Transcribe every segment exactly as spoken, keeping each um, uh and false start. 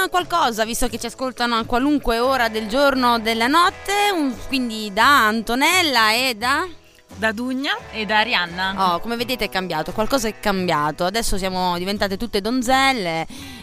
qualcosa, visto che ci ascoltano a qualunque ora del giorno o della notte, un, quindi da Antonella e da... Da Dugna e da Arianna. Oh, come vedete è cambiato, qualcosa è cambiato. Adesso siamo diventate tutte donzelle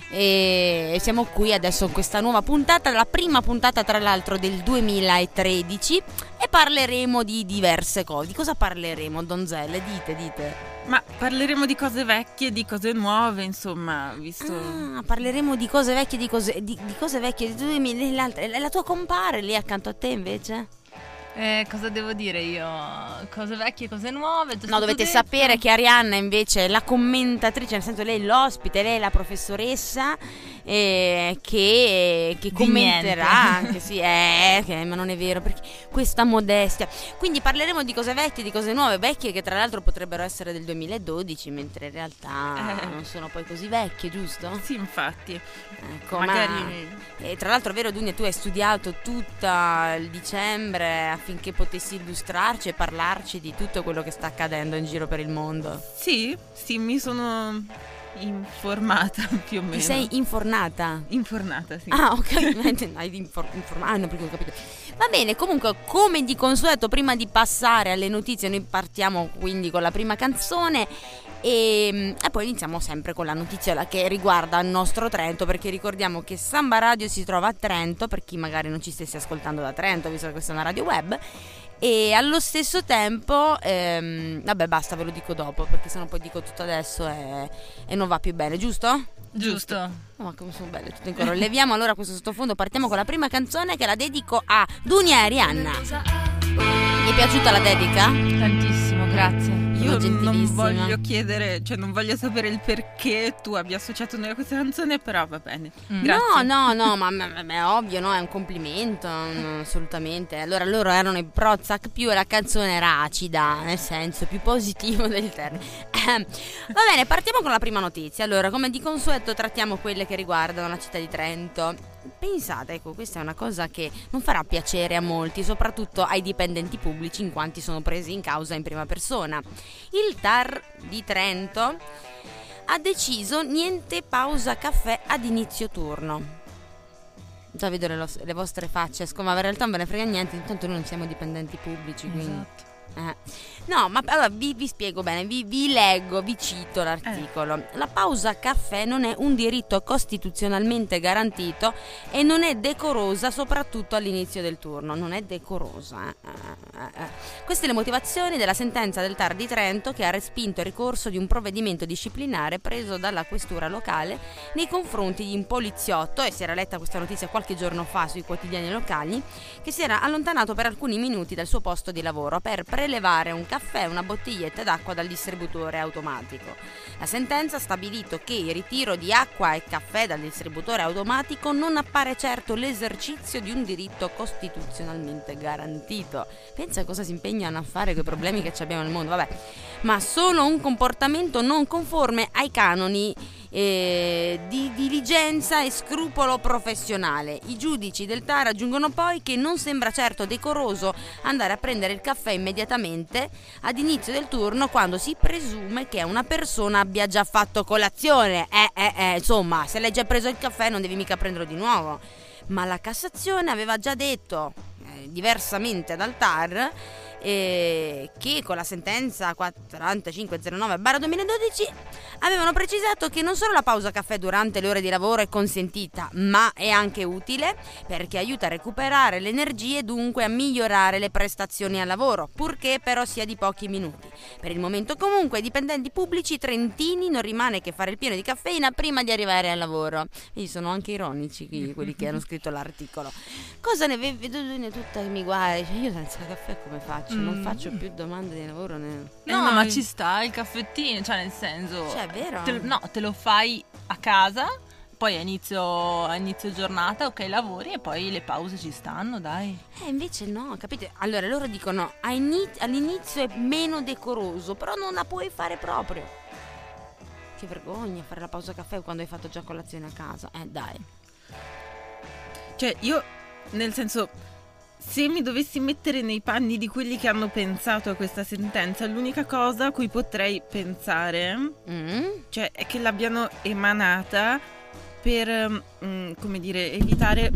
e siamo qui adesso in questa nuova puntata, la prima puntata tra l'altro del duemilatredici, e parleremo di diverse cose. Di cosa parleremo, donzelle? Dite, dite. Ma parleremo di cose vecchie, di cose nuove, insomma, visto... Ah, parleremo di cose vecchie, di cose, di, di cose vecchie. E la tua compare lì accanto a te invece? Eh, cosa devo dire io? Cose vecchie, cose nuove. No, dovete detto. sapere che Arianna invece è la commentatrice, nel senso lei è l'ospite, lei è la professoressa eh, che, che commenterà anche, sì, eh, che, ma non è vero, perché questa modestia. Quindi parleremo di cose vecchie, di cose nuove, vecchie che tra l'altro potrebbero essere del duemiladodici, mentre in realtà eh. non sono poi così vecchie, giusto? Sì, infatti. Ecco, magari... ma, e tra l'altro è vero, Dunia, tu hai studiato tutto il dicembre affinché potessi illustrarci e parlarci di tutto quello che sta accadendo in giro per il mondo. Sì, sì, mi sono informata più o meno. Ti sei infornata? Infornata, sì. Ah, ok, hai infor- informata, ah, no, perché ho capito. Va bene, comunque, come di consueto, prima di passare alle notizie, noi partiamo quindi con la prima canzone e, e poi iniziamo sempre con la notizia che riguarda il nostro Trento, perché ricordiamo che Samba Radio si trova a Trento, per chi magari non ci stesse ascoltando da Trento, visto che questa è una radio web. E allo stesso tempo ehm, vabbè, basta, ve lo dico dopo, perché sennò poi dico tutto adesso e, e non va più bene, giusto? Giusto. Oh, ma come sono belle tutte in coro. Leviamo allora questo sottofondo, partiamo con la prima canzone che la dedico a Dunia e Arianna. Mi è piaciuta la dedica? Tantissimo, grazie. Io non voglio chiedere, cioè non voglio sapere il perché tu abbia associato noi a questa canzone, però va bene. Mm. Grazie. No, no, no, ma, ma, ma è ovvio, no, è un complimento, no, assolutamente. Allora loro erano i Prozac più e la canzone era acida, nel senso più positivo del termine. Va bene, partiamo con la prima notizia. Allora, come di consueto trattiamo quelle che riguardano la città di Trento. Pensate, ecco, questa è una cosa che non farà piacere a molti, soprattutto ai dipendenti pubblici, in quanti sono presi in causa in prima persona. Il T A R di Trento ha deciso niente pausa caffè ad inizio turno. Già vedo le, lo- le vostre facce, ma in realtà non ve ne frega niente, intanto noi non siamo dipendenti pubblici, quindi... Esatto. Eh. No, ma allora vi, vi spiego bene, vi, vi leggo, vi cito l'articolo. Eh. La pausa caffè non è un diritto costituzionalmente garantito e non è decorosa, soprattutto all'inizio del turno. Non è decorosa. Eh. Eh, eh. Queste le motivazioni della sentenza del T A R di Trento, che ha respinto il ricorso di un provvedimento disciplinare preso dalla questura locale nei confronti di un poliziotto, e si era letta questa notizia qualche giorno fa sui quotidiani locali, che si era allontanato per alcuni minuti dal suo posto di lavoro per prelevare un caffè e una bottiglietta d'acqua dal distributore automatico. La sentenza ha stabilito che il ritiro di acqua e caffè dal distributore automatico non appare certo l'esercizio di un diritto costituzionalmente garantito. Pensa a cosa si impegnano a fare quei problemi che abbiamo nel mondo, vabbè, ma solo un comportamento non conforme ai canoni eh, di diligenza e scrupolo professionale. I giudici del T A R aggiungono poi che non sembra certo decoroso andare a prendere il caffè immediatamente ad inizio del turno quando si presume che una persona abbia già fatto colazione. Eh, eh, eh, insomma, se l'hai già preso il caffè non devi mica prenderlo di nuovo. Ma la Cassazione aveva già detto, eh, diversamente dal T A R, eh, che con la sentenza quarantacinque zero nove barra duemiladodici avevano precisato che non solo la pausa caffè durante le ore di lavoro è consentita, ma è anche utile perché aiuta a recuperare le energie e dunque a migliorare le prestazioni al lavoro, purché però sia di pochi minuti. Per il momento comunque ai dipendenti pubblici trentini non rimane che fare il pieno di caffeina prima di arrivare al lavoro. Quindi sono anche ironici qui, quelli che hanno scritto l'articolo. Cosa ne vedo tutta che mi guarda, cioè, io senza caffè come faccio? Non faccio più domande di lavoro né... No, eh, ma ci sta il caffettino, cioè nel senso, cioè è vero, te, no, te lo fai a casa, poi a inizio, a inizio giornata, ok, lavori e poi le pause ci stanno, dai. Eh invece no, capite? Allora loro dicono a iniz- all'inizio è meno decoroso, però non la puoi fare proprio. Che vergogna fare la pausa caffè quando hai fatto già colazione a casa. Eh dai. Cioè io, nel senso, se mi dovessi mettere nei panni di quelli che hanno pensato a questa sentenza, l'unica cosa a cui potrei pensare, mm. cioè, è che l'abbiano emanata per, mm, come dire, evitare...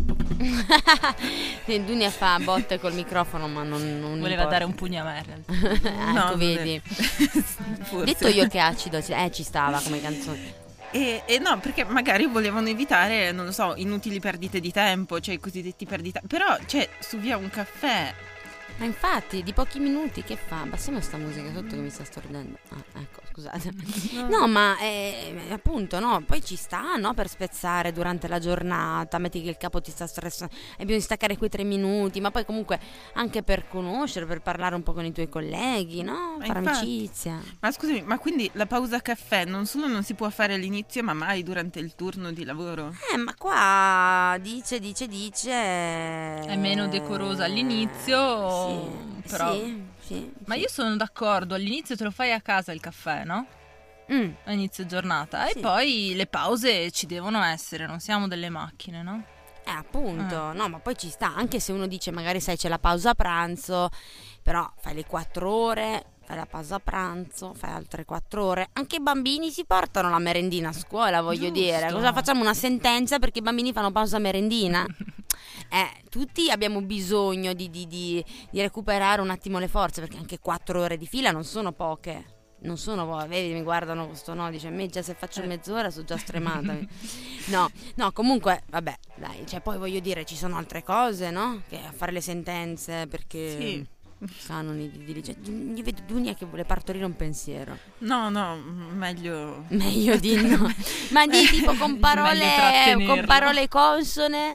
Dunia fa botte col microfono, ma non, non voleva importa. dare un pugno a me in realtà. ecco, No, vedi. Forse. Detto io che acido, eh, ci stava come canzone. E, e no, perché magari volevano evitare, non lo so, inutili perdite di tempo, cioè i cosiddetti perdita. Però, cioè, su via un caffè. Ma infatti, di pochi minuti che fa? Abbassiamo sta musica sotto che mi sta stordendo. Ah, ecco, scusate. No, ma eh, appunto, no, poi ci sta, no, per spezzare durante la giornata, metti che il capo ti sta stressando, hai bisogno di staccare quei tre minuti, ma poi comunque anche per conoscere, per parlare un po' con i tuoi colleghi, no? Ma Fare infatti. amicizia. Ma scusami, ma quindi la pausa caffè non solo non si può fare all'inizio, ma mai durante il turno di lavoro? Eh, ma qua dice, dice, dice... È meno decorosa all'inizio, Sì, però... sì, sì, Ma sì. io sono d'accordo, all'inizio te lo fai a casa il caffè, no? Mm. A inizio giornata. Sì. E poi le pause ci devono essere, non siamo delle macchine, no? Eh, appunto, no, ma poi ci sta, anche se uno dice magari sai c'è la pausa pranzo, però fai le quattro ore, fai la pausa pranzo, fai altre quattro ore. Anche i bambini si portano la merendina a scuola, voglio Giusto. dire. Cosa facciamo? Una sentenza perché i bambini fanno pausa merendina? Eh, tutti abbiamo bisogno di, di, di, di recuperare un attimo le forze, perché anche quattro ore di fila non sono poche. Non sono poche, vedi, mi guardano questo no, dice, me già se faccio mezz'ora sono già stremata. No, no, comunque, vabbè, dai, cioè poi voglio dire, ci sono altre cose, no? Che a fare le sentenze, perché... Sì. Canoni di diligenza. Io vedo Dunia che vuole partorire un pensiero. No, no, meglio... Meglio di no. Ma di tipo con Meglio parole, trattenerlo. con parole consone.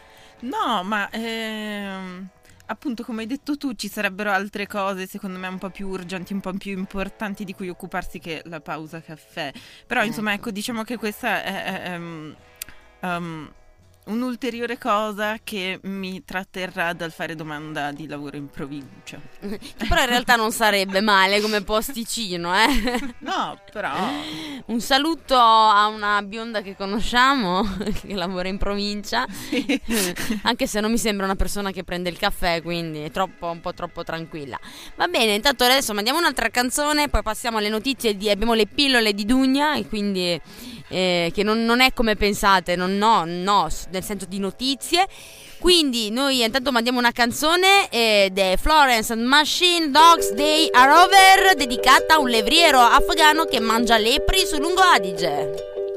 No, ma ehm, appunto come hai detto tu ci sarebbero altre cose secondo me un po' più urgenti, un po' più importanti di cui occuparsi che la pausa caffè. Però insomma Ecco. ecco, diciamo che questa è, è- è, um, um, un'ulteriore cosa che mi tratterrà dal fare domanda di lavoro in provincia. Che però in realtà non sarebbe male come posticino, eh. No, però... Un saluto a una bionda che conosciamo, che lavora in provincia. Sì. Anche se non mi sembra una persona che prende il caffè, quindi è troppo, un po' troppo tranquilla. Va bene, intanto adesso mandiamo un'altra canzone, poi passiamo alle notizie di, abbiamo le pillole di Dunia, e quindi eh, che non, non è come pensate, non, no, no, nel senso di notizie. Quindi noi intanto mandiamo una canzone ed è Florence and Machine, Dogs Day Are Over, dedicata a un levriero afghano che mangia lepri sul Lungo Adige.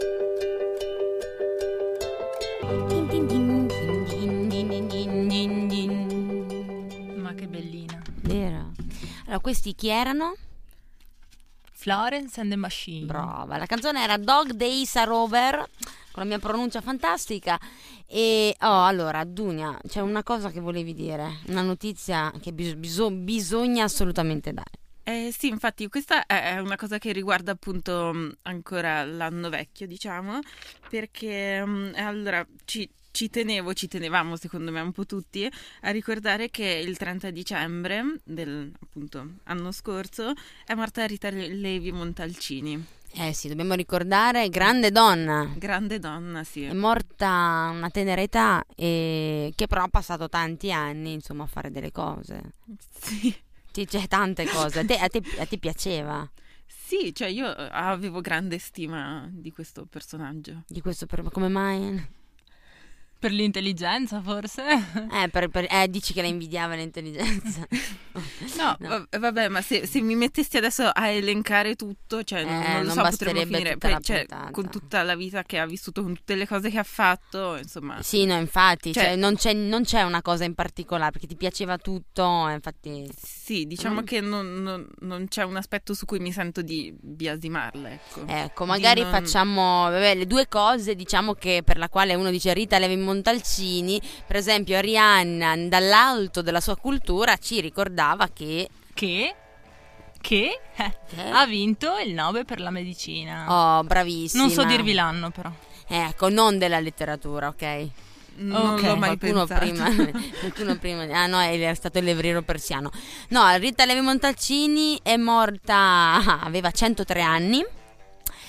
Ma che bellina. Vero? Allora, questi chi erano? Florence and the Machine. Brava, la canzone era Dog Days Are Over, con la mia pronuncia fantastica. E oh, allora, Dunia, c'è una cosa che volevi dire, una notizia che bis- biso- bisogna assolutamente dare. Eh, sì, infatti questa è una cosa che riguarda appunto mh, ancora l'anno vecchio, diciamo, perché mh, allora ci, ci tenevo, ci tenevamo secondo me un po' tutti a ricordare che il trenta dicembre del appunto anno scorso è morta Rita Levi Montalcini, Eh sì, dobbiamo ricordare, grande donna. grande donna, sì. È morta a una tenera età, e che però ha passato tanti anni, insomma, a fare delle cose. Sì. Sì, c'è tante cose. A te, a te, a te piaceva Sì, cioè io avevo grande stima di questo personaggio. di questo? Per, come mai? Per l'intelligenza, forse? Eh, per, per- eh, dici che la invidiava l'intelligenza. No, No. va- vabbè, ma se, se mi mettessi adesso a elencare tutto, cioè non, Eh, non lo non so, potremmo basterebbe finire tutta Poi, la cioè, puntata. con tutta la vita che ha vissuto, con tutte le cose che ha fatto, insomma. Sì, no, infatti, Cioè- cioè, non, c'è, non c'è una cosa in particolare, perché ti piaceva tutto, eh, infatti... Sì, diciamo Mm. che non, non- non c'è un aspetto su cui mi sento di biasimarla, ecco. Ecco, magari non- facciamo vabbè, le due cose, diciamo, che per la quale uno dice Rita Levi Montalcini, per esempio Rihanna dall'alto della sua cultura ci ricordava che... Che? Che? Eh, che- ha vinto il Nobel per la medicina. Oh, bravissima. Non so dirvi l'anno, però. Ecco, non della letteratura, ok? Non Ok. l'ho mai qualcuno pensato. prima, qualcuno prima, ah no, è stato il levriero persiano. No, Rita Levi Montalcini è morta, ah, aveva centotré anni,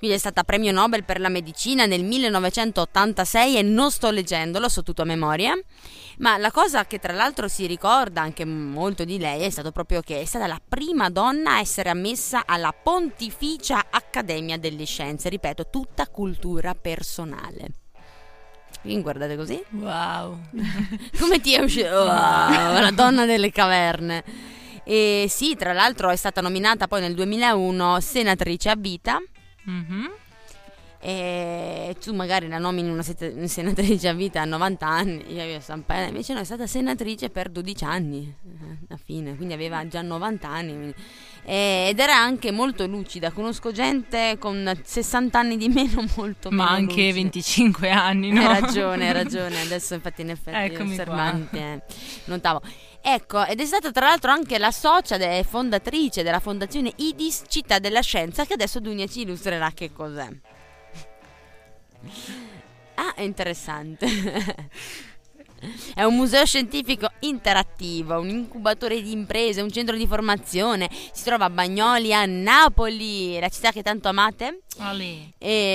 quindi è stata premio Nobel per la medicina nel millenovecentottantasei e non sto leggendolo, so tutto a memoria, ma la cosa che tra l'altro si ricorda anche molto di lei è stato proprio che è stata la prima donna a essere ammessa alla Pontificia Accademia delle Scienze, ripeto, tutta cultura personale. Quindi guardate così. Wow. Come ti è uscito? Wow, la donna delle caverne. E sì, tra l'altro è stata nominata poi nel duemilauno senatrice a vita. Mm-hmm. E tu magari la nomini una senatrice a vita a novanta anni, io invece no, è stata senatrice per dodici anni alla fine, quindi aveva già novanta anni ed era anche molto lucida. Conosco gente con sessanta anni di meno molto ma meno anche lucida. venticinque anni, no? Hai ragione, hai ragione, adesso infatti in effetti osservante eh, notavo. Ecco, ed è stata tra l'altro anche la socia e fondatrice della fondazione IDIS Città della Scienza, che adesso Dunia ci illustrerà che cos'è. Ah, è interessante. È un museo scientifico interattivo, un incubatore di imprese, un centro di formazione. Si trova a Bagnoli, a Napoli, la città che tanto amate. Olè.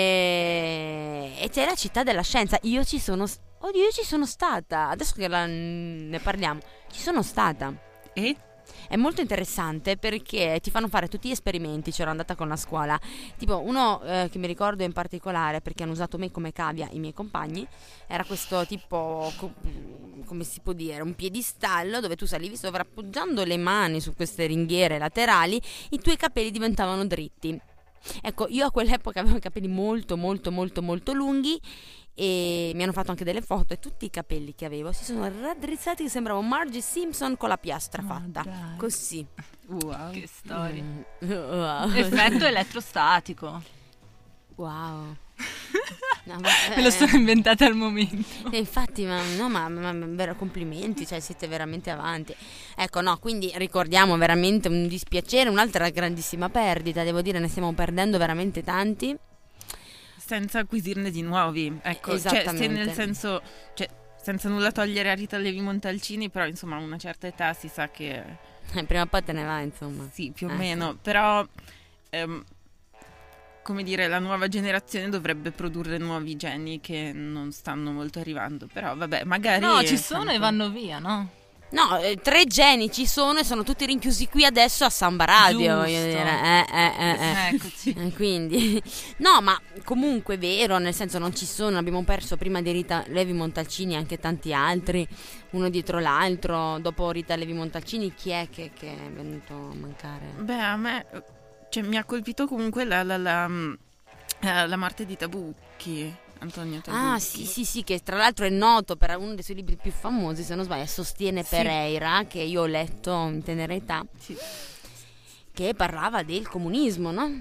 E... e c'è la Città della Scienza. Io ci sono... Oddio, io ci sono stata. Adesso che la... ne parliamo, ci sono stata. E? È molto interessante perché ti fanno fare tutti gli esperimenti. C'ero andata con la scuola. Tipo uno eh, che mi ricordo in particolare, perché hanno usato me come cavia i miei compagni, era questo tipo, co- come si può dire, un piedistallo dove tu salivi sovrappoggiando le mani su queste ringhiere laterali, i tuoi capelli diventavano dritti. Ecco, io a quell'epoca avevo i capelli molto molto molto molto lunghi e mi hanno fatto anche delle foto e tutti i capelli che avevo si sono raddrizzati, che sembravo Margie Simpson con la piastra Oh, fatta dai. così. Wow. Che storia. Mm. Wow. Effetto elettrostatico. Wow. No, ma, Me lo eh, sono inventata al momento. eh, infatti, ma no, ma, ma, ma vero, complimenti, cioè siete veramente avanti. Ecco, no, quindi ricordiamo veramente un dispiacere, un'altra grandissima perdita, devo dire, ne stiamo perdendo veramente tanti. Senza acquisirne di nuovi, ecco, cioè, se Esattamente. nel senso, cioè, senza nulla togliere a Rita Levi Montalcini, però insomma a una certa età si sa che Eh, prima o poi te ne vai, insomma. sì, più o Eh, meno, però ehm, come dire, la nuova generazione dovrebbe produrre nuovi geni che non stanno molto arrivando, però vabbè, magari No, ci sono tanto- e vanno via, no? No, eh, tre geni ci sono e sono tutti rinchiusi qui adesso a Samba Radio, voglio Giusto. dire. Eh, eh, eh, eh. Eccoci. Eh, Quindi, no, ma comunque è vero, nel senso non ci sono, abbiamo perso prima di Rita Levi Montalcini anche tanti altri, uno dietro l'altro. Dopo Rita Levi Montalcini chi è che, che è venuto a mancare? Beh, a me cioè, mi ha colpito comunque la, la, la, mm, eh, la morte di Tabucchi, Antonio Tabucchi. Ah, sì, sì, sì, che tra l'altro è noto per uno dei suoi libri più famosi, se non sbaglio, Sostiene Sì. Pereira, che io ho letto in tenera età, Sì. che parlava del comunismo, no?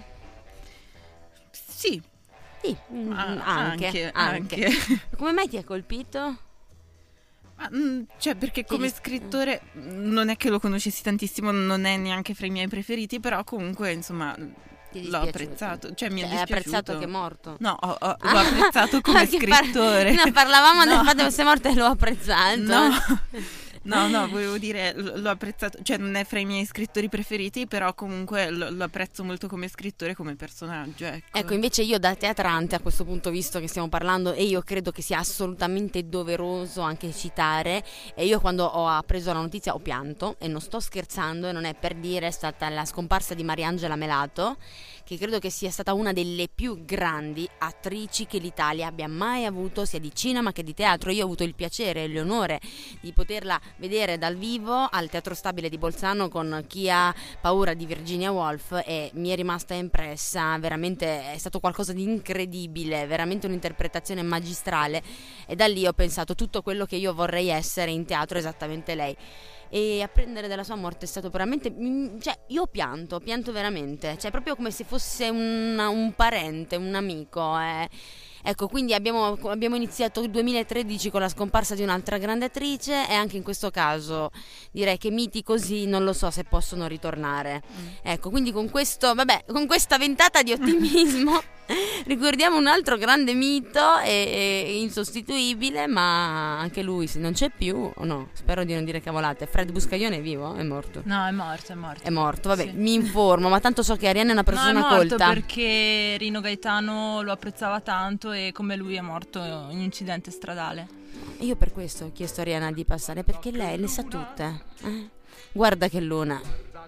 Sì, Sì, mm, ah, anche, anche, anche. anche. Come mai ti ha colpito? Ma, mm, cioè, perché come dis- scrittore mm, non è che lo conoscessi tantissimo, non è neanche fra i miei preferiti, però comunque, insomma, Ti è l'ho dispiaciuto? apprezzato. Cioè, mi è Cioè, hai dispiaciuto. apprezzato che è morto? No, ho- ho- l'ho apprezzato come Perché par- scrittore. no, parlavamo del No. fatto che sei morto e l'ho apprezzato. No. No, no, volevo dire, l- l'ho apprezzato, cioè non è fra i miei scrittori preferiti, però comunque lo, lo apprezzo molto come scrittore e come personaggio, ecco. Ecco, invece io da teatrante a questo punto, visto che stiamo parlando, e io credo che sia assolutamente doveroso anche citare, e io quando ho appreso la notizia ho pianto, e non sto scherzando, e non è per dire, è stata la scomparsa di Mariangela Melato, che credo che sia stata una delle più grandi attrici che l'Italia abbia mai avuto, sia di cinema che di teatro. Io ho avuto il piacere e l'onore di poterla vedere dal vivo al Teatro Stabile di Bolzano con Chi ha paura di Virginia Woolf, e mi è rimasta impressa, veramente è stato qualcosa di incredibile, veramente un'interpretazione magistrale, e da lì ho pensato tutto quello che io vorrei essere in teatro, esattamente lei. E apprendere della sua morte è stato veramente, mm, cioè io ho pianto, ho pianto veramente, cioè proprio come se fosse un, un parente, un amico, eh. Ecco, quindi abbiamo, abbiamo iniziato il duemilatredici con la scomparsa di un'altra grande attrice e anche in questo caso direi che miti così non lo so se possono ritornare. Mm. Ecco, quindi con questo, vabbè, con questa ventata di ottimismo ricordiamo un altro grande mito e, e insostituibile, ma anche lui se non c'è più, o no, spero di non dire cavolate. Fred Buscaglione è vivo? È morto? No, è morto, è morto. È morto, vabbè, sì. Mi informo, ma tanto so che Arianna è una persona colta. No, è morto colta. perché Rino Gaetano lo apprezzava tanto e come lui è morto in un incidente stradale. Io per questo ho chiesto a Arianna di passare, perché lei le sa tutte. Eh? Guarda che luna.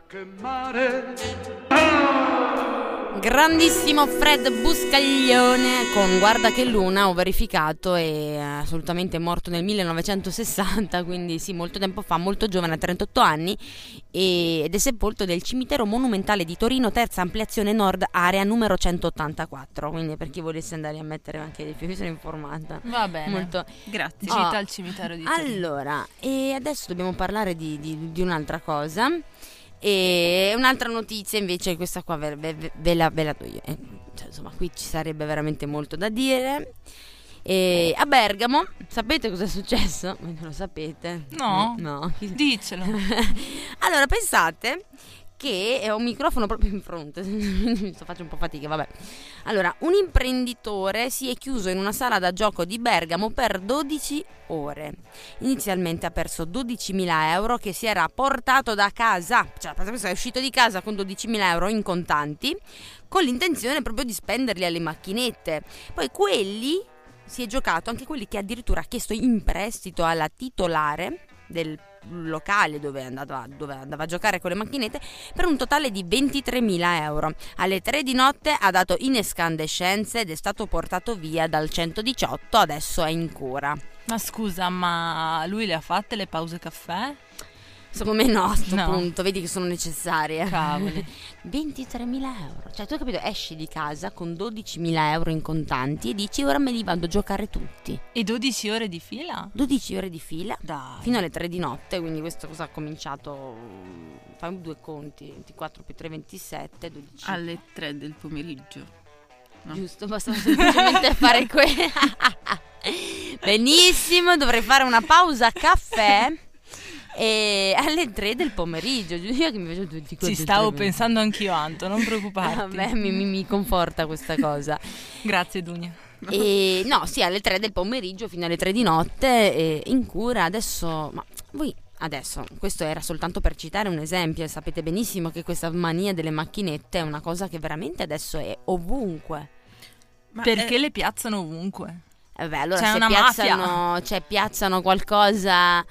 Grandissimo Fred Buscaglione con Guarda che luna, ho verificato, è assolutamente morto nel millenovecentosessanta, quindi sì, molto tempo fa, molto giovane, a trentotto anni, ed è sepolto nel cimitero monumentale di Torino, terza ampliazione nord, area numero centottantaquattro, quindi per chi volesse andare a mettere anche dei film, sono informata. Va bene, molto... grazie. Oh, Gita al cimitero di Torino. Allora, e adesso dobbiamo parlare di, di, di un'altra cosa. E un'altra notizia invece, questa qua ve, ve, ve, la, ve la do io. Eh, cioè, insomma, qui ci sarebbe veramente molto da dire. E a Bergamo, sapete cosa è successo? Non lo sapete? No, no. Dicelo. Allora, pensate che ho un microfono proprio in fronte, mi sto facendo un po' fatica, vabbè. Allora, un imprenditore si è chiuso in una sala da gioco di Bergamo per dodici ore. Inizialmente ha perso dodicimila euro che si era portato da casa, cioè è uscito di casa con dodicimila euro in contanti, con l'intenzione proprio di spenderli alle macchinette. Poi quelli si è giocato, anche quelli che addirittura ha chiesto in prestito alla titolare del locale dove andava, dove andava a giocare con le macchinette, per un totale di ventitremila euro. Alle tre di notte ha dato in escandescenze ed è stato portato via dal centodiciotto, adesso è in cura. Ma scusa, ma lui le ha fatte le pause caffè? Secondo me no, a sto no. punto, vedi che sono necessarie. Cavoli. ventitremila euro, cioè tu hai capito, esci di casa con dodicimila euro in contanti e dici ora me li vado a giocare tutti. E dodici ore di fila? dodici ore di fila? Dai. Fino alle tre di notte, quindi questo cosa ha cominciato, fai due conti, ventiquattro più tre, ventisette, dodici. Alle tre del pomeriggio. No. Giusto, bastava semplicemente fare quello. Benissimo, dovrei fare una pausa caffè. E alle tre del pomeriggio io che mi faccio tutti ci stavo pensando anch'io, Anto, non preoccuparti. Vabbè, mi, mi, mi conforta questa cosa. Grazie Dunia. E no, sì, alle tre del pomeriggio fino alle tre di notte, e in cura. Adesso, ma voi adesso, questo era soltanto per citare un esempio, e sapete benissimo che questa mania delle macchinette è una cosa che veramente adesso è ovunque. Ma perché è... le piazzano ovunque? Eh beh, allora c'è se una piazzano, mafia. Cioè piazzano qualcosa,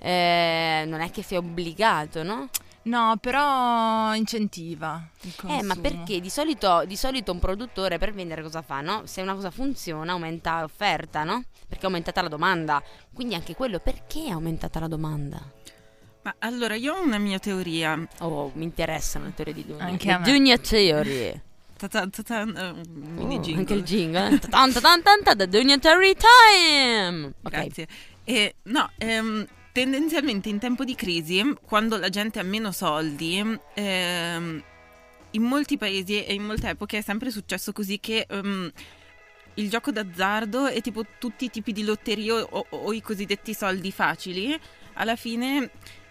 eh, non è che sia obbligato, no? No, però incentiva il consumo. Eh, ma perché di solito, di solito un produttore per vendere cosa fa, no? Se una cosa funziona aumenta l'offerta, no? Perché è aumentata la domanda. Quindi anche quello, perché è aumentata la domanda? Ma allora io ho una mia teoria. Oh, mi interessano le teorie di Dunia. Anche a me. Dunia Theory. Ta-ta, ta-ta, uh, mini Oh, jingle. anche il jingle. Ta-tan, ta-tan, ta-tan, The Dunia Theory Time. Ok. Grazie. E, no, ehm, tendenzialmente in tempo di crisi, quando la gente ha meno soldi, ehm, in molti paesi e in molte epoche è sempre successo così che um, il gioco d'azzardo e tipo tutti i tipi di lotterie o, o, o i cosiddetti soldi facili alla fine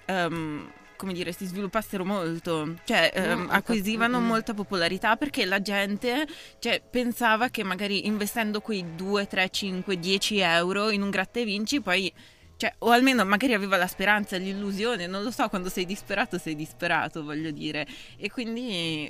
um, come dire, si sviluppassero molto, cioè um, No, acquisivano mm. molta popolarità perché la gente, cioè, pensava che magari investendo quei due, tre, cinque, dieci euro in un gratta e vinci poi, cioè, o almeno magari aveva la speranza, l'illusione, non lo so, quando sei disperato sei disperato, voglio dire, e quindi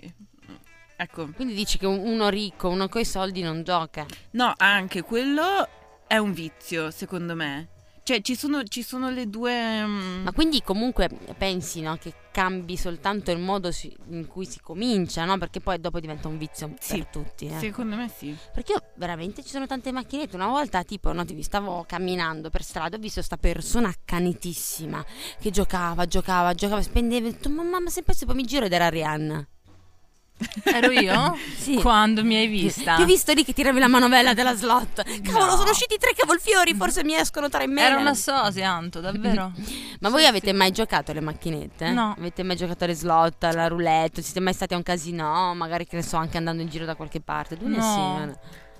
ecco. Quindi dici che uno ricco, uno coi soldi non gioca? No, anche quello è un vizio, secondo me. Cioè, ci sono, ci sono le due... Um... Ma quindi comunque pensi, no, che cambi soltanto il modo si- in cui si comincia, no? Perché poi dopo diventa un vizio Sì, per tutti. Eh. secondo me sì. Perché io veramente ci sono tante macchinette. Una volta tipo, no, ti stavo camminando per strada, ho visto sta persona accanitissima che giocava, giocava, giocava, spendeva. Ho detto, mamma, ma sempre se poi mi giro ed era Rihanna. Ero io? Sì. Quando mi hai vista? Ti ho visto lì che tiravi la manovella della slot. Cavolo, No. sono usciti tre cavolfiori, forse mi escono tre in meno. Era una sosia, Anto, davvero. Ma voi avete mai giocato alle macchinette? No. Avete mai giocato alle slot, alla roulette? Siete mai stati a un casino? Magari, che ne so, anche andando in giro da qualche parte? Tu ne No. sì, ma-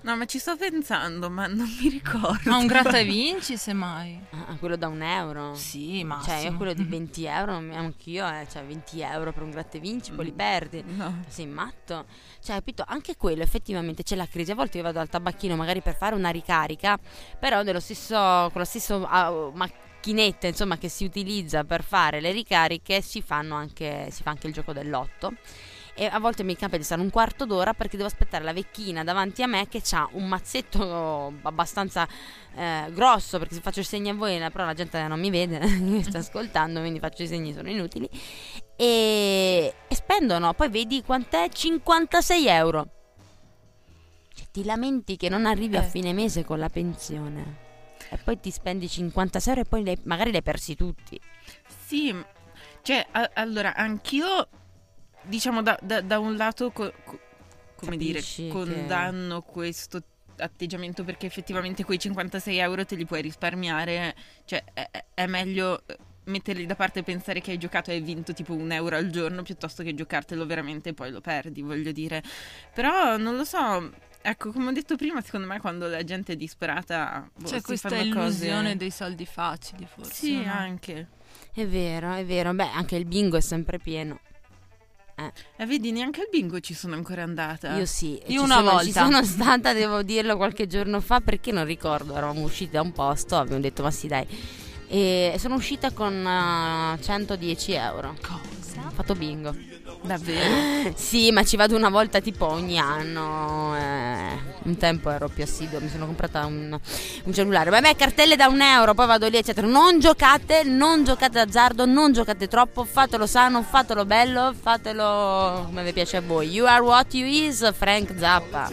No, ma ci sto pensando, ma non mi ricordo. Ma un gratta e vinci, semmai. Ah, quello da un euro? Sì, ma Cioè, io quello di venti euro, non mi- anch'io, eh, cioè venti euro per un gratta e vinci, poi li perdi. No. Sei matto? Cioè, capito? Anche quello, effettivamente c'è la crisi. A volte io vado al tabacchino magari per fare una ricarica, però dello stesso, con la stessa uh, macchinetta, insomma, che si utilizza per fare le ricariche, si fanno anche, si fa anche il gioco dell'otto. E a volte mi capita di stare un quarto d'ora perché devo aspettare la vecchina davanti a me che ha un mazzetto abbastanza eh, grosso, perché se faccio il segno a voi però la gente non mi vede, mi sta ascoltando, quindi faccio i segni, sono inutili, e, e spendono, poi vedi quant'è? cinquantasei euro. Cioè, ti lamenti che non arrivi eh. a fine mese con la pensione e poi ti spendi cinquantasei euro e poi le, magari li hai persi tutti. Sì, cioè, a- allora, anch'io, diciamo, da, da, da un lato, co- co- come Capisci dire, che- condanno questo atteggiamento, perché effettivamente quei cinquantasei euro te li puoi risparmiare, cioè è, è meglio metterli da parte e pensare che hai giocato e hai vinto tipo un euro al giorno piuttosto che giocartelo veramente e poi lo perdi, voglio dire. Però non lo so, ecco, come ho detto prima, secondo me quando la gente è disperata, boh, c'è si questa fanno illusione cose... dei soldi facili, forse. Sì, no? anche. È vero, è vero. Beh, anche il bingo è sempre pieno. E vedi, neanche al bingo ci sono ancora andata. Io sì, Io ci una sono, volta. ci sono stata, devo dirlo, qualche giorno fa, perché non ricordo, eravamo usciti da un posto, abbiamo detto ma sì dai, e sono uscita con uh, centodieci euro. Cosa? Ho fatto bingo. Davvero? Sì, ma ci vado una volta tipo ogni anno. eh, Un tempo ero più assidua, mi sono comprata un, un cellulare. Vabbè, cartelle da un euro, poi vado lì, eccetera. Non giocate, non giocate d'azzardo, non giocate troppo, fatelo sano, fatelo bello, fatelo come vi piace a voi. You are what you is, Frank Zappa.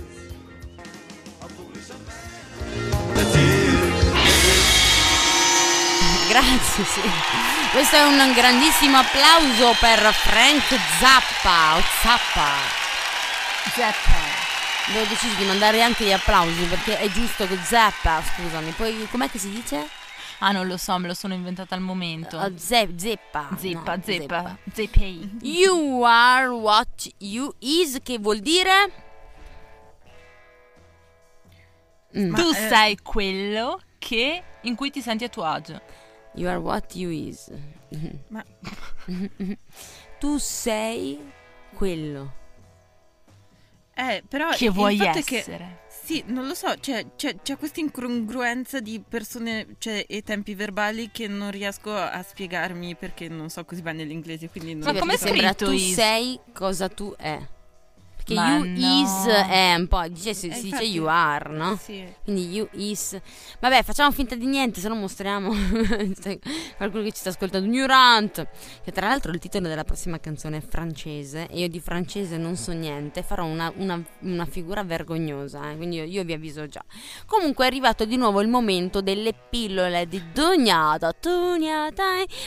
Grazie, sì. Questo è un grandissimo applauso per Frank Zappa o Zappa. Zappa. Avevo deciso di mandare anche gli applausi perché è giusto che Zappa, scusami, poi com'è che si dice? Ah, non lo so, me lo sono inventata al momento. Uh, ze- zeppa. Zeppa, no, zeppa, zeppei. You are what you is, che vuol dire? Mm. Ma, Tu eh, sei quello che in cui ti senti a tuo agio. You are what you is. Ma Tu sei quello. eh, però Che il vuoi fatto è che essere. sì, non lo so, cioè, c'è, c'è questa incongruenza di persone, cioè, e tempi verbali che non riesco a spiegarmi perché non so così bene l'inglese, quindi non Ma Sì, come perché è sembra scritto tu is? sei cosa tu è. Perché Ma you no. is è un po', dice, si, Eh, si dice infatti, you are, no? Sì. Quindi you is. Vabbè, facciamo finta di niente, se no mostriamo qualcuno che ci sta ascoltando. Ignorant, che tra l'altro il titolo della prossima canzone è francese e io di francese non so niente, farò una, una, una figura vergognosa, eh, quindi io, io vi avviso già. Comunque è arrivato di nuovo il momento delle pillole di Dugnata. Dugnata.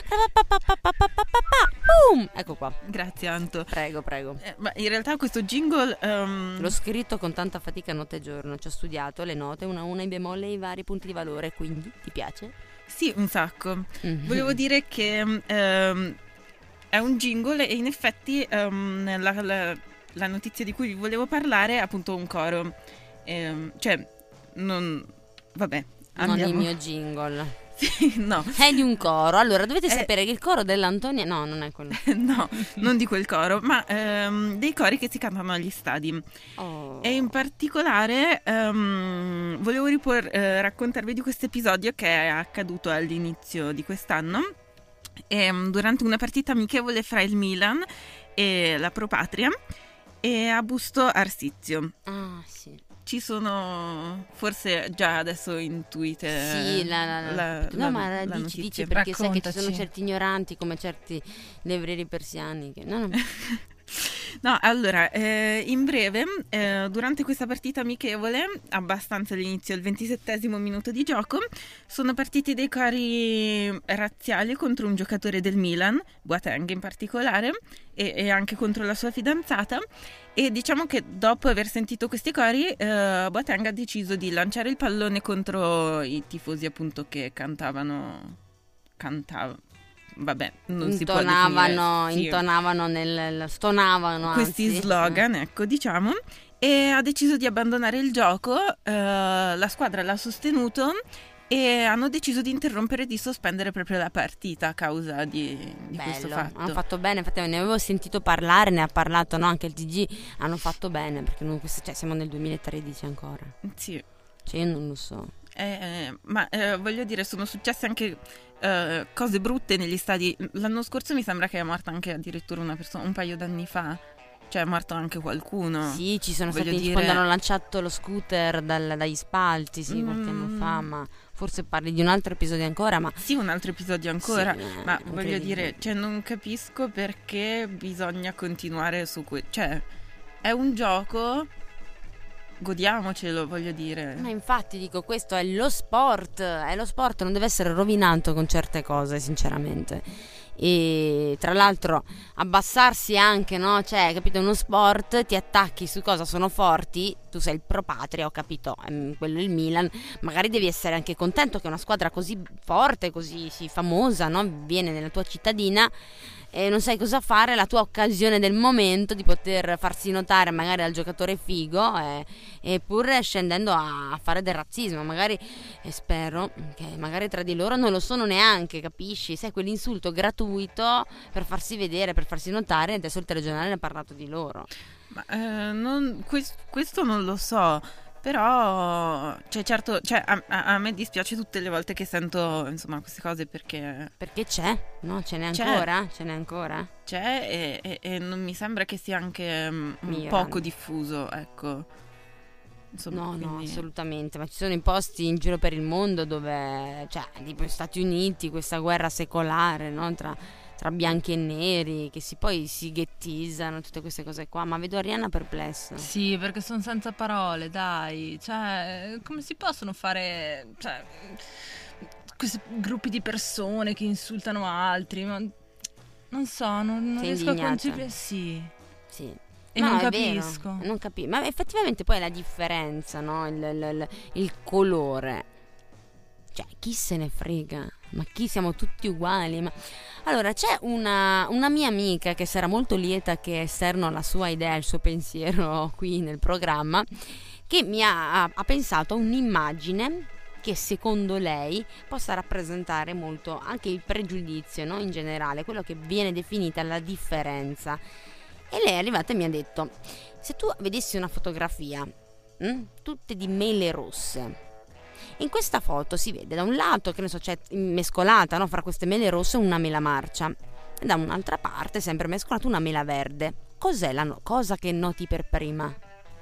Boom! Ecco qua. Grazie Anto. Prego, prego. Eh, ma in realtà questo jingle ehm, L'ho scritto con tanta fatica notte e giorno, ci ho studiato le note una a una, i bemolle e i vari punti di valore, quindi ti piace? sì, un sacco. Mhm. Volevo dire che ehm, è un jingle e in effetti ehm, la, la- la notizia di cui vi volevo parlare è appunto un coro. Ehm, cioè, non... vabbè, Non andiamo. il mio jingle. Sì, no, È di un coro. Allora, dovete Eh. sapere che il coro dell'Antonia... No, non è quello. no, non di quel coro, ma ehm, dei cori che si cantano agli stadi. Oh. E in particolare ehm, volevo ripor- eh, raccontarvi di questo episodio che è accaduto all'inizio di quest'anno, ehm, durante una partita amichevole fra il Milan e la Pro Patria e a Busto Arsizio. Ah, sì. Ci sono, forse già adesso intuite Sì, la, la, la- la- no, la- ma la dici, notizia. dici perché sai che ci sono Raccontaci. certi ignoranti come certi levreri persiani che... No, no. No, allora, eh, in breve, eh, durante questa partita amichevole, abbastanza all'inizio, il ventisettesimo minuto di gioco, sono partiti dei cori razziali contro un giocatore del Milan, Boateng in particolare, e, e anche contro la sua fidanzata, e diciamo che dopo aver sentito questi cori, eh, Boateng ha deciso di lanciare il pallone contro i tifosi appunto che cantavano, cantavano. Vabbè, non si può Intonavano, definire, sì, intonavano nel... stonavano, questi anzi. slogan, ecco, diciamo, e ha deciso di abbandonare il gioco, eh, la squadra l'ha sostenuto e hanno deciso di interrompere e di sospendere proprio la partita a causa di, di questo Bello, fatto. hanno fatto bene, infatti ne avevo sentito parlare, ne ha parlato, no? Anche il T G, hanno fatto bene, perché non, questo, cioè, siamo nel duemilatredici ancora. Sì. Cioè io non lo so. Eh, ma eh, voglio dire, sono successe anche eh, cose brutte negli stadi. L'anno scorso mi sembra che è morta anche addirittura una persona, un paio d'anni fa. Cioè è morto anche qualcuno. Sì, ci sono Voglio stati dire... quando hanno lanciato lo scooter dal- dagli spalti, sì, qualche anno Mm. fa, ma forse parli di un altro episodio ancora, ma Sì, un altro episodio ancora. Sì, eh, ma voglio incredibile. dire, cioè non capisco perché bisogna continuare su que- cioè è un gioco, godiamocelo, voglio dire. Ma infatti dico, questo è lo sport, è lo sport, non deve essere rovinato con certe cose, sinceramente. E tra l'altro abbassarsi anche, no? Cioè, capito, uno sport, ti attacchi su cosa sono forti, tu sei il pro patria, ho capito, ehm, quello è il Milan, magari devi essere anche contento che una squadra così forte, così sì, famosa, no? Viene nella tua cittadina e non sai cosa fare, la tua occasione del momento di poter farsi notare magari dal giocatore figo, eh, eppure scendendo a fare del razzismo, magari, e spero che magari tra di loro non lo sono neanche, capisci? Sai, quell'insulto gratuito per farsi vedere, per farsi notare, adesso il telegiornale ne ha parlato di loro. Ma eh, non, quest- questo non lo so, però cioè certo, cioè, a, a- a me dispiace tutte le volte che sento insomma queste cose perché Perché c'è, no? Ce n'è C'è. ancora? Ce n'è ancora? c'è e, e- e non mi sembra che sia anche mm, Milan. poco diffuso, ecco. Insomma, No, no, quindi- assolutamente, ma ci sono i posti in giro per il mondo dove, cioè, tipo gli Stati Uniti, questa guerra secolare, no? Tra, tra bianchi e neri, che si poi si ghettizzano, tutte queste cose qua, ma vedo Arianna perplessa. Sì, perché sono senza parole, dai. Cioè, come si possono fare, cioè, questi gruppi di persone che insultano altri? Ma non so, non, non Sei riesco a indignata? concepire. Sì. Sì. E No, non è vero, capisco. non capi- ma effettivamente poi è la differenza, no? Il, il- il- il colore. Cioè, chi se ne frega? Ma chi siamo tutti uguali? Ma... Allora, c'è una, una mia amica che sarà molto lieta che esterno la sua idea, il suo pensiero qui nel programma, che mi ha, ha pensato a un'immagine che secondo lei possa rappresentare molto anche il pregiudizio, no? In generale, quello che viene definita la differenza. E lei è arrivata e mi ha detto: se tu vedessi una fotografia, mh, tutte di mele rosse, in questa foto si vede da un lato, che ne so, c'è mescolata, no, fra queste mele rosse una mela marcia, e da un'altra parte, sempre mescolata, una mela verde. Cos'è la no- cosa che noti per prima?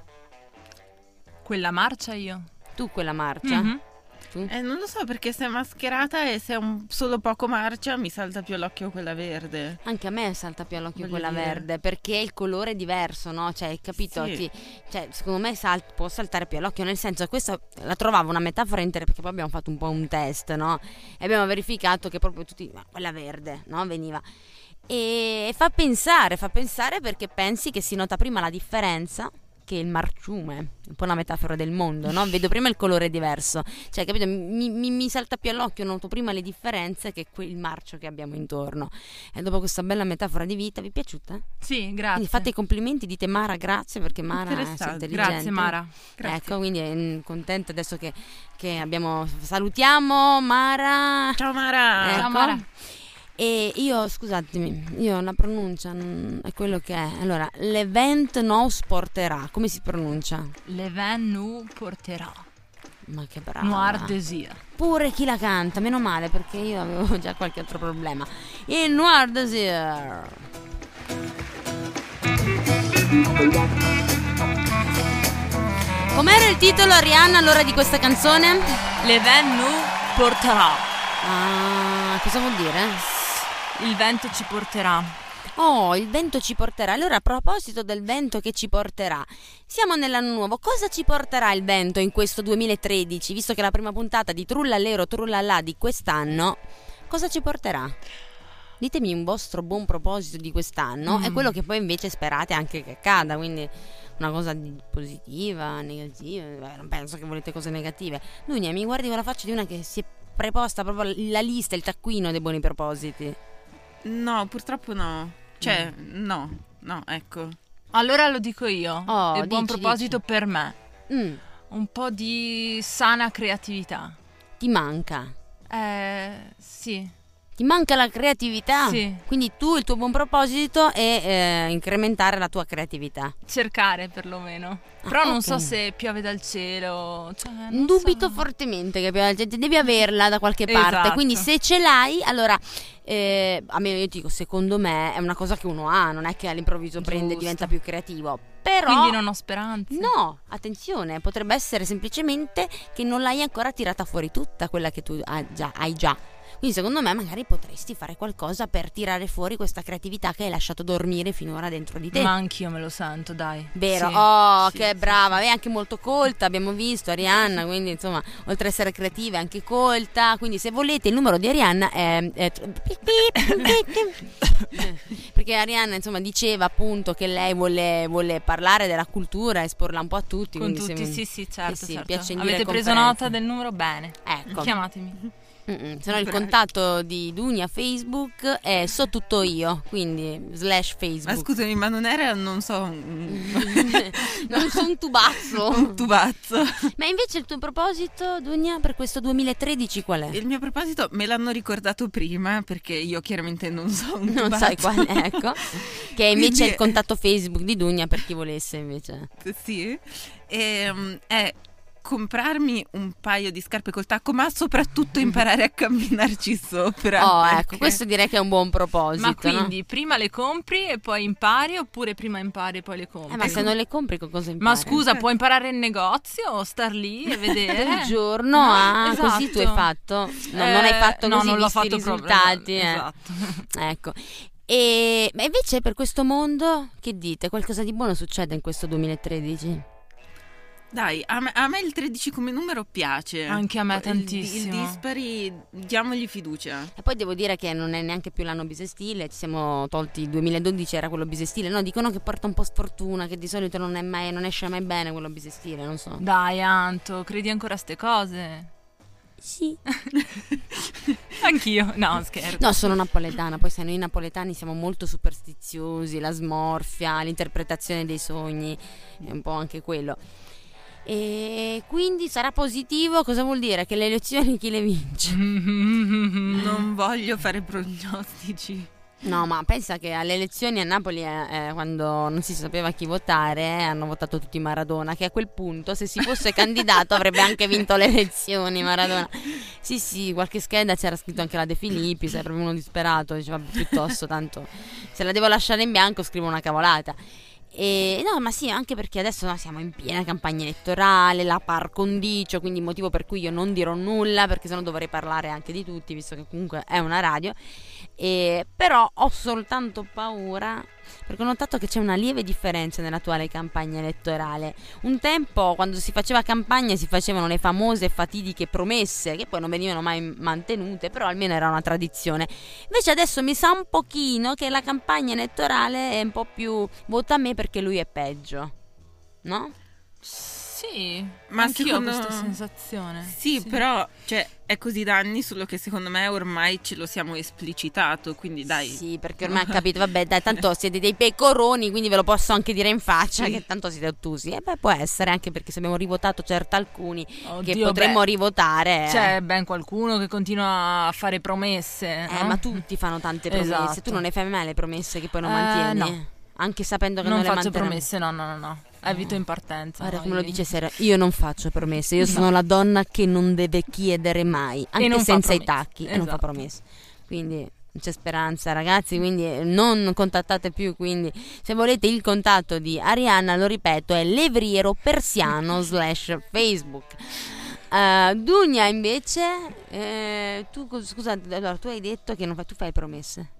Quella marcia io. Tu quella marcia? Mhm. Tu? Eh, non lo so perché se è mascherata e se è un solo poco marcia mi salta più all'occhio quella verde. Anche a me salta più all'occhio Voglio quella dire. verde, perché il colore è diverso, no? Cioè, hai capito? Sì. Ti- cioè, secondo me sal- può saltare più all'occhio, nel senso, questa la trovavo una metafora inter- perché poi abbiamo fatto un po' un test, no? E abbiamo verificato che proprio tutti, ma quella verde, no? Veniva. E fa pensare, fa pensare perché pensi che si nota prima la differenza che il marciume, un po' una metafora del mondo, no? Vedo prima il colore diverso, cioè, capito? Mi, mi- mi salta più all'occhio, noto prima le differenze che quel marcio che abbiamo intorno. E dopo questa bella metafora di vita, vi è piaciuta? Sì, grazie. Quindi fate i complimenti, dite Mara grazie, perché Mara è Interessante. intelligente. Grazie Mara. Grazie. Ecco, quindi è contenta adesso che, che abbiamo, salutiamo Mara. Ciao Mara! Ecco. Ciao, Mara. E io, scusatemi, io la pronuncia non è quello che è. Allora, l'event nous porterà, come si pronuncia? Le vin nous porterà. Ma che brava. Noir Désir. Pure chi la canta, meno male, perché io avevo già qualche altro problema. Il Noir Désir. Com'era il titolo, Arianna, allora, di questa canzone? Le vin nous porterà. Ah, cosa vuol dire? Il vento ci porterà. Oh, il vento ci porterà. Allora, a proposito del vento che ci porterà, siamo nell'anno nuovo. Cosa ci porterà il vento in questo duemilatredici? Visto che è la prima puntata di Trullallero Trullallà di quest'anno, cosa ci porterà? Ditemi un vostro buon proposito di quest'anno Mm. e quello che poi invece sperate anche che accada, quindi una cosa di positiva, negativa. Beh, non penso che volete cose negative. Dunia, mi guardi con la faccia di una che si è preposta proprio la lista, il taccuino dei buoni propositi. No, purtroppo no. Cioè, no, no, ecco. Allora lo dico io. Oh, il buon dici, proposito dici. per me. Mm, Un po' di sana creatività. ti manca. Eh, sì. Ti manca la creatività. Sì. Quindi tu, il tuo buon proposito è eh, incrementare la tua creatività. Cercare perlomeno. Ah, Però non ok. so se piove dal cielo. Cioè, non Dubito so. fortemente che piove- devi averla da qualche parte. Esatto. Quindi se ce l'hai, allora eh, a me io ti dico, secondo me è una cosa che uno ha, non è che all'improvviso prende e Giusto. diventa più creativo. Però Quindi non ho speranze. no, attenzione, potrebbe essere semplicemente che non l'hai ancora tirata fuori tutta quella che tu hai già. Hai già. Quindi secondo me magari potresti fare qualcosa per tirare fuori questa creatività che hai lasciato dormire finora dentro di te. Ma anch'io me lo sento, dai. Vero? Sì. Oh, Sì, che sì, brava, è anche molto colta, abbiamo visto Arianna, quindi insomma, oltre ad essere creativa è anche colta, quindi se volete il numero di Arianna è, è perché Arianna insomma diceva appunto che lei vuole, vuole parlare della cultura, esporla un po' a tutti. Con quindi tutti, se- sì, sì, certo, sì, sì, certo. piace indire Avete preso conferenze. nota del numero? Bene. Ecco. Chiamatemi. Mm-mm. Se no il contatto di Dunia Facebook è so tutto io, quindi slash Facebook. Ma scusami, ma non era, non so, un, Non so un tubazzo. un tubazzo. Ma invece il tuo proposito, Dunia, per questo duemilatredici qual è? Il mio proposito me l'hanno ricordato prima, perché io chiaramente non so un Non tubazzo. sai qual è, ecco. Che è invece Quindi- il contatto Facebook di Dunia per chi volesse invece. Sì, e, è comprarmi un paio di scarpe col tacco, ma soprattutto imparare a camminarci sopra. Oh, perché- ecco, questo direi che è un buon proposito. Ma quindi no? prima le compri e poi impari, oppure prima impari e poi le compri? Eh, ma se non le compri con cosa impari? Ma scusa, puoi imparare in negozio o star lì e vedere? Un giorno, No, ah, esatto. così tu hai fatto. No, Eh, non hai fatto no, così, non l'ho visti i fatto proprio, risultati. eh. esatto. Ecco. E ma invece per questo mondo, che dite? Qualcosa di buono succede in questo duemilatredici? Dai, a me, a me il tredici come numero piace. Anche a me Il- tantissimo. Il, dispari, diamogli fiducia. E poi devo dire che non è neanche più l'anno bisestile, ci siamo tolti il duemiladodici, era quello bisestile. No, dicono che porta un po' sfortuna, che di solito non, è mai, non esce mai bene quello bisestile, non so. Dai, Anto, credi ancora a ste cose? Sì. Anch'io. No, scherzo. No, sono napoletana, poi sai, noi napoletani siamo molto superstiziosi, la smorfia, l'interpretazione dei sogni, è un po' anche quello. E quindi sarà positivo, cosa vuol dire? Che le elezioni chi le vince? Non voglio fare prognostici. No, ma pensa che alle elezioni a Napoli, eh, eh, quando non si sapeva chi votare, eh, hanno votato tutti Maradona, che a quel punto, se si fosse candidato, avrebbe anche vinto le elezioni, Maradona. Sì, sì, qualche scheda c'era scritto anche la De Filippi, sei proprio uno disperato, diceva piuttosto, tanto se la devo lasciare in bianco scrivo una cavolata. E no, ma sì, anche perché adesso no, siamo in piena campagna elettorale, la par condicio, quindi motivo per cui io non dirò nulla, perché sennò dovrei parlare anche di tutti, visto che comunque è una radio. E, però ho soltanto paura, perché ho notato che c'è una lieve differenza nell'attuale campagna elettorale. Un tempo, quando si faceva campagna, si facevano le famose e fatidiche promesse, che poi non venivano mai mantenute, però almeno era una tradizione. Invece adesso mi sa un pochino che la campagna elettorale è un po' più vota a me perché lui è peggio, no? Sì, Ma anch'io secondo- ho questa sensazione. Sì, però cioè, è così da anni, solo che secondo me ormai ce lo siamo esplicitato, quindi dai. Sì, perché ormai ho capito, vabbè, dai, tanto siete dei pecoroni, quindi ve lo posso anche dire in faccia, Sì. che tanto siete ottusi. E beh, può essere, anche perché se abbiamo rivotato certo alcuni che Oddio, potremmo beh, rivotare. eh. C'è ben qualcuno che continua a fare promesse. Eh, no? ma tutti fanno tante promesse. Esatto. Tu non ne fai mai le promesse che poi non Eh, mantieni? no. Anche sapendo che non non, le faccio manterrai. promesse, no, no, no, no. Evito in partenza. Guarda no, come lo io- dice Sera, io non faccio promesse, io No. sono la donna che non deve chiedere mai, anche non fa senza i promesse. tacchi, e non fa Esatto. promesse. Quindi non c'è speranza, ragazzi, quindi eh, non contattate più, quindi se volete il contatto di Arianna, lo ripeto, è levriero persiano slash Facebook. Uh, Dunia invece, eh, tu scusa, allora tu hai detto che non fai, tu fai promesse,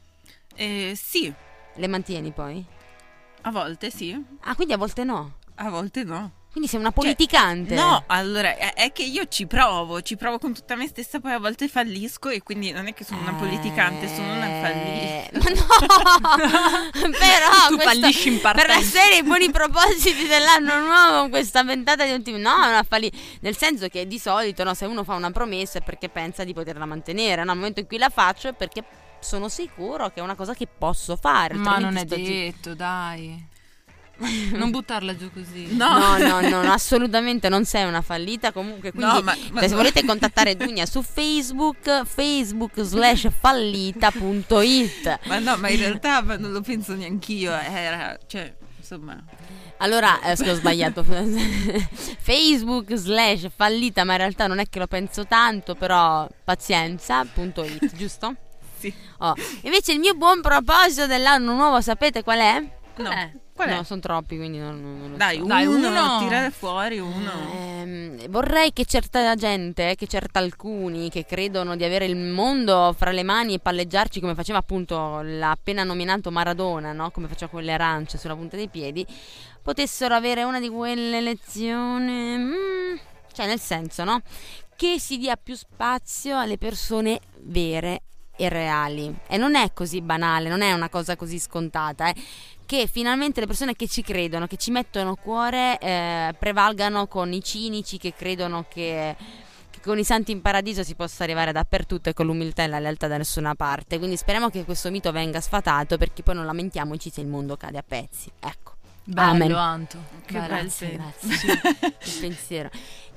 Eh, sì, le mantieni poi? a volte sì, Ah, quindi a volte no, a volte no. quindi sei una politicante. No, allora è, è che io ci provo, ci provo con tutta me stessa, poi a volte fallisco e quindi non è che sono una politicante, sono una fallita. Ma no, però Tu questa- fallisci in per partenza. essere i buoni propositi dell'anno nuovo con questa ventata di ottimismo, no, è una falli- nel senso che di solito no, se uno fa una promessa è perché pensa di poterla mantenere, no? Al momento in cui la faccio è perché sono sicuro che è una cosa che posso fare. Ma non è altrimenti sto zi- detto, dai. Non buttarla giù così. No, no, no, no, assolutamente non sei una fallita. Comunque, quindi No, ma- ma- se volete contattare Dunia su Facebook, facebook slash fallita punto it. Ma no, ma in realtà ma non lo penso neanch'io. Era, cioè, insomma. Allora, eh, scusa, ho sbagliato. Facebook slash fallita, ma in realtà non è che lo penso tanto, però pazienza punto it, giusto? Sì. Oh. Invece il mio buon proposito dell'anno nuovo, sapete qual è? No. Eh. Qual è? No, sono troppi, quindi non, non- non lo Dai, so. uno, Dai, uno. tira fuori uno. Ehm, vorrei che certa gente, che certa alcuni che credono di avere il mondo fra le mani e palleggiarci come faceva appunto l'appena nominato Maradona, no? Come faceva con le arance sulla punta dei piedi, potessero avere una di quelle lezioni, mm, cioè nel senso, no? Che si dia più spazio alle persone vere e reali. E non è così banale, non è una cosa così scontata, eh. Che finalmente le persone che ci credono, che ci mettono cuore, eh, prevalgano con i cinici che credono che, che con i santi in paradiso si possa arrivare dappertutto e con l'umiltà e la lealtà da nessuna parte. Quindi speriamo che questo mito venga sfatato, perché poi non lamentiamoci se il mondo cade a pezzi. Ecco. Bello, Amen. Anto. Che Bello. bel Grazie, pensiero. grazie. Il pensiero.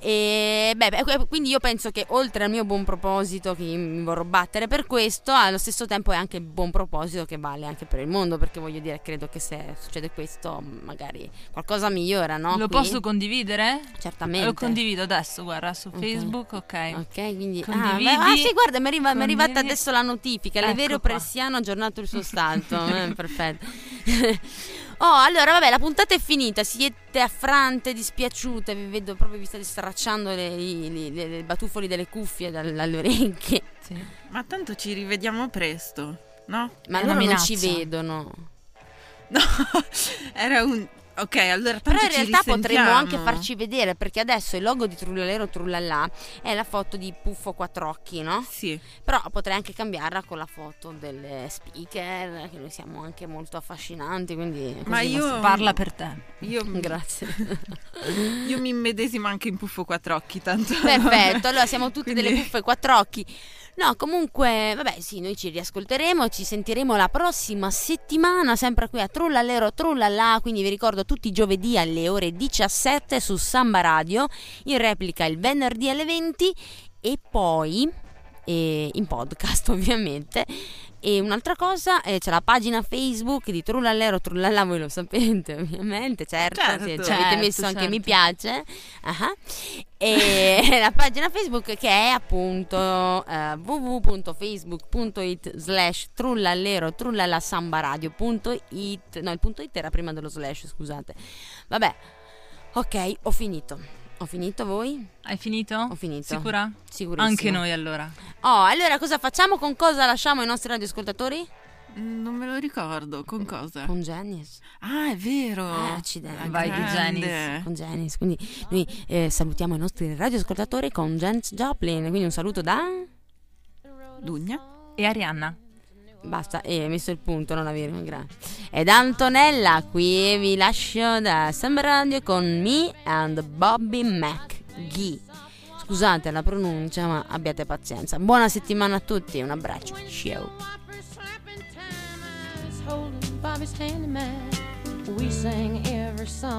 E beh, beh, quindi io penso che oltre al mio buon proposito, che mi vorrò battere per questo, allo stesso tempo è anche il buon proposito che vale anche per il mondo, perché voglio dire, credo che se succede questo magari qualcosa migliora, no? Lo Qui? posso condividere? Certamente. Lo condivido adesso, guarda, su Ok. Facebook, ok. Ok, quindi Condividi. ah, beh, ah, sì, guarda, mi è arriva- mi è arrivata Condividi. adesso la notifica. Ecco L'Everio qua. Pressiano ha aggiornato il suo stato. eh, perfetto. Oh, allora, vabbè, la puntata è finita. Siete affrante, dispiaciute. Vi vedo proprio, vi state stracciando le, le, le, le batuffoli delle cuffie dal- dalle orecchie. Sì. Ma tanto ci rivediamo presto, no? Ma È loro una non ci minaccia. vedono. No, era un... Ok, allora tanto Però in ci realtà potremmo risentiamo. anche farci vedere, perché adesso il logo di Trullalero Trullallà è la foto di Puffo Quattrocchi, no? Sì. Però potrei anche cambiarla con la foto delle speaker, che noi siamo anche molto affascinanti, quindi così Ma io... Parla per te. Io, grazie. io mi immedesimo anche in Puffo Quattrocchi, tanto... Perfetto, allora siamo tutti Quindi- delle puffe quattrocchi. No, comunque, vabbè, sì, noi ci riascolteremo, ci sentiremo la prossima settimana, sempre qui a Trullalero Trullallà, quindi vi ricordo tutti i giovedì alle ore diciassette su Samba Radio, in replica il venerdì alle venti e poi eh, in podcast ovviamente. E un'altra cosa, eh, c'è la pagina Facebook di Trullalero Trullallà, voi lo sapete ovviamente, certo, Certo, se ci avete certo, messo anche certo. mi piace. Ah, e la pagina Facebook che è appunto eh, w w w punto facebook punto it slash trullallero trullalla samba radio punto it. No, il punto it era prima dello slash, scusate. Vabbè, ok, ho finito. Ho finito, voi? Hai finito? Ho finito. Sicura? Sicurissimo. Anche noi allora. Oh, allora cosa facciamo? Con cosa lasciamo i nostri radioascoltatori? Non me lo ricordo, con cosa? Con Janice. Ah, è vero. Eh, accidenti. La Vai di grande. Janice. Con Janice. Quindi noi eh, salutiamo i nostri radioascoltatori con Janis Joplin. Quindi un saluto da... Dugna. E Arianna? Basta, e eh, hai messo il punto, non la virgola, grazie. Ed Antonella, qui vi lascio da Samba Radio con Me and Bobby McGee. Scusate la pronuncia, ma abbiate pazienza. Buona settimana a tutti, un abbraccio. Ciao. Bobby's handyman. We sang every song.